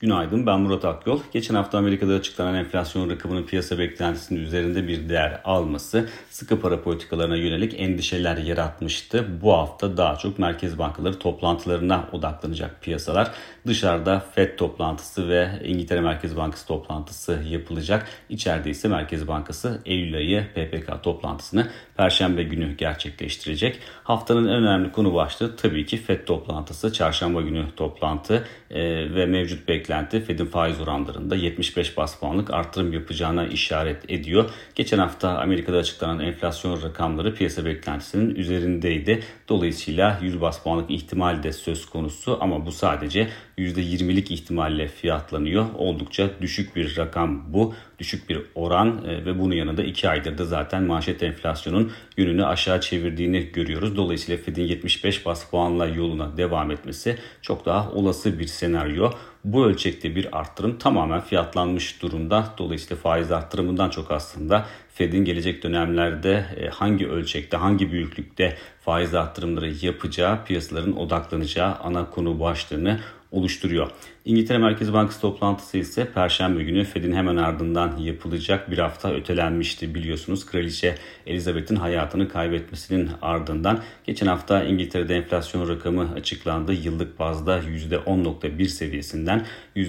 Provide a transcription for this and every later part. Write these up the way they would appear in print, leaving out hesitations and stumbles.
Günaydın, ben Murat Akyol. Geçen hafta Amerika'da açıklanan enflasyon rakamının piyasa beklentisinin üzerinde bir değer alması sıkı para politikalarına yönelik endişeler yaratmıştı. Bu hafta daha çok merkez bankaları toplantılarına odaklanacak piyasalar. Dışarıda FED toplantısı ve İngiltere Merkez Bankası toplantısı yapılacak. İçeride ise Merkez Bankası Eylül ayı PPK toplantısını Perşembe günü gerçekleştirecek. Haftanın en önemli konu başlığı tabii ki FED toplantısı. Çarşamba günü toplantı ve mevcut beklenti Fed'in faiz oranlarında 75 bas puanlık artırım yapacağına işaret ediyor. Geçen hafta Amerika'da açıklanan enflasyon rakamları piyasa beklentisinin üzerindeydi. Dolayısıyla 100 bas puanlık ihtimal de söz konusu ama bu sadece %20'lik ihtimalle fiyatlanıyor. Oldukça düşük bir rakam bu. Düşük bir oran ve bunun yanında 2 aydır da zaten manşet enflasyonun yönünü aşağı çevirdiğini görüyoruz. Dolayısıyla Fed'in 75 bas puanla yoluna devam etmesi çok daha olası bir senaryo. Bu ölçekte bir arttırım tamamen fiyatlanmış durumda. Dolayısıyla faiz arttırımından çok aslında Fed'in gelecek dönemlerde hangi ölçekte, hangi büyüklükte faiz arttırımları yapacağı, piyasaların odaklanacağı ana konu başlığını oluşturuyor. İngiltere Merkez Bankası toplantısı ise Perşembe günü Fed'in hemen ardından yapılacak, bir hafta ötelenmişti biliyorsunuz. Kraliçe Elizabeth'in hayatını kaybetmesinin ardından geçen hafta İngiltere'de enflasyon rakamı açıklandı. Yıllık bazda %10.1 seviyesinden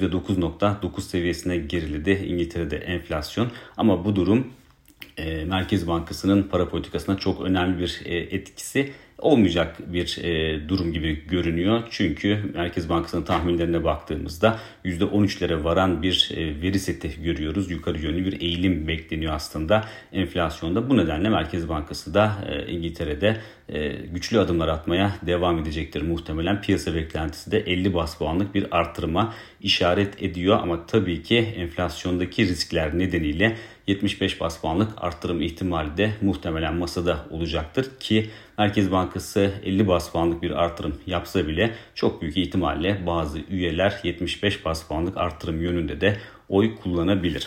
%9.9 seviyesine geriledi İngiltere'de enflasyon. Ama bu durum Merkez Bankası'nın para politikasına çok önemli bir etkisi olmayacak bir durum gibi görünüyor. Çünkü Merkez Bankası'nın tahminlerine baktığımızda %13'lere varan bir veri seti görüyoruz. Yukarı yönlü bir eğilim bekleniyor aslında enflasyonda. Bu nedenle Merkez Bankası da İngiltere'de güçlü adımlar atmaya devam edecektir muhtemelen. Piyasa beklentisi de 50 bas puanlık bir artırıma işaret ediyor. Ama tabii ki enflasyondaki riskler nedeniyle 75 bas puanlık artırım ihtimali de muhtemelen masada olacaktır ki Merkez Bankası 50 bas puanlık bir artırım yapsa bile çok büyük ihtimalle bazı üyeler 75 bas puanlık artırım yönünde de oy kullanabilir.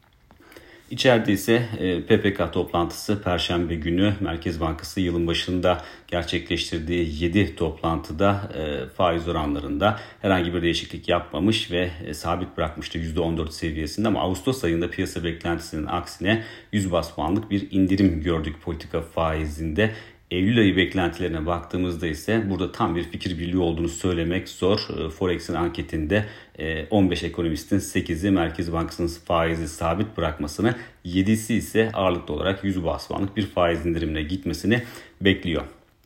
İçeride ise PPK toplantısı Perşembe günü Merkez Bankası yılın başında gerçekleştirdiği 7 toplantıda faiz oranlarında herhangi bir değişiklik yapmamış ve sabit bırakmıştı %14 seviyesinde ama Ağustos ayında piyasa beklentisinin aksine 100 bas puanlık bir indirim gördük politika faizinde. Eylül ayı beklentilerine baktığımızda ise burada tam bir fikir birliği olduğunu söylemek zor. Forex'in anketinde 15 ekonomistin 8'i Merkez Bankası'nın faizi sabit bırakmasını, 7'si ise ağırlıklı olarak 100 bas puanlık bir faiz indirimine gitmesini bekliyor.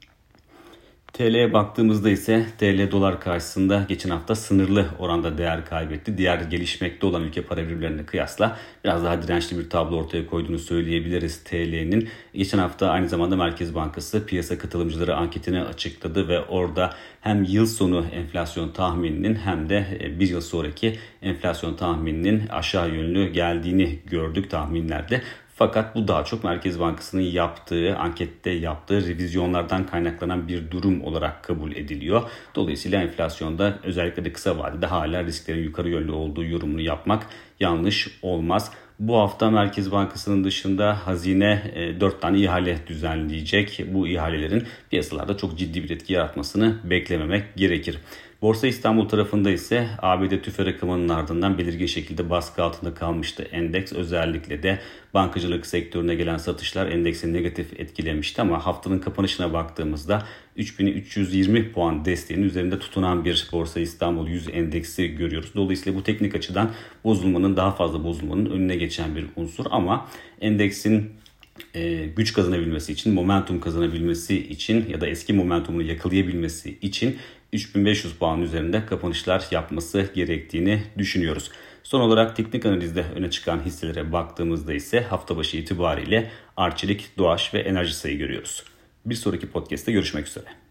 TL'ye baktığımızda ise TL dolar karşısında geçen hafta sınırlı oranda değer kaybetti. Diğer gelişmekte olan ülke para birimlerine kıyasla biraz daha dirençli bir tablo ortaya koyduğunu söyleyebiliriz TL'nin. Geçen hafta aynı zamanda Merkez Bankası piyasa katılımcıları anketini açıkladı ve orada hem yıl sonu enflasyon tahmininin hem de bir yıl sonraki enflasyon tahmininin aşağı yönlü geldiğini gördük tahminlerde. Fakat bu daha çok Merkez Bankası'nın ankette yaptığı revizyonlardan kaynaklanan bir durum olarak kabul ediliyor. Dolayısıyla enflasyonda özellikle de kısa vadede hala risklerin yukarı yönlü olduğu yorumunu yapmak yanlış olmaz. Bu hafta Merkez Bankası'nın dışında hazine 4 tane ihale düzenleyecek. Bu ihalelerin piyasalarda çok ciddi bir etki yaratmasını beklememek gerekir. Borsa İstanbul tarafında ise ABD tüfe rakamının ardından belirgin şekilde baskı altında kalmıştı endeks. Özellikle de bankacılık sektörüne gelen satışlar endeksi negatif etkilemişti ama haftanın kapanışına baktığımızda 3320 puan desteğinin üzerinde tutunan bir Borsa İstanbul 100 endeksi görüyoruz. Dolayısıyla bu teknik açıdan daha fazla bozulmanın önüne geçen bir unsur ama endeksin güç kazanabilmesi için, momentum kazanabilmesi için ya da eski momentumunu yakalayabilmesi için 3500 puan üzerinde kapanışlar yapması gerektiğini düşünüyoruz. Son olarak teknik analizde öne çıkan hisselere baktığımızda ise hafta başı itibariyle Arçelik, Doğaç ve Enerjisa'yı görüyoruz. Bir sonraki podcast'te görüşmek üzere.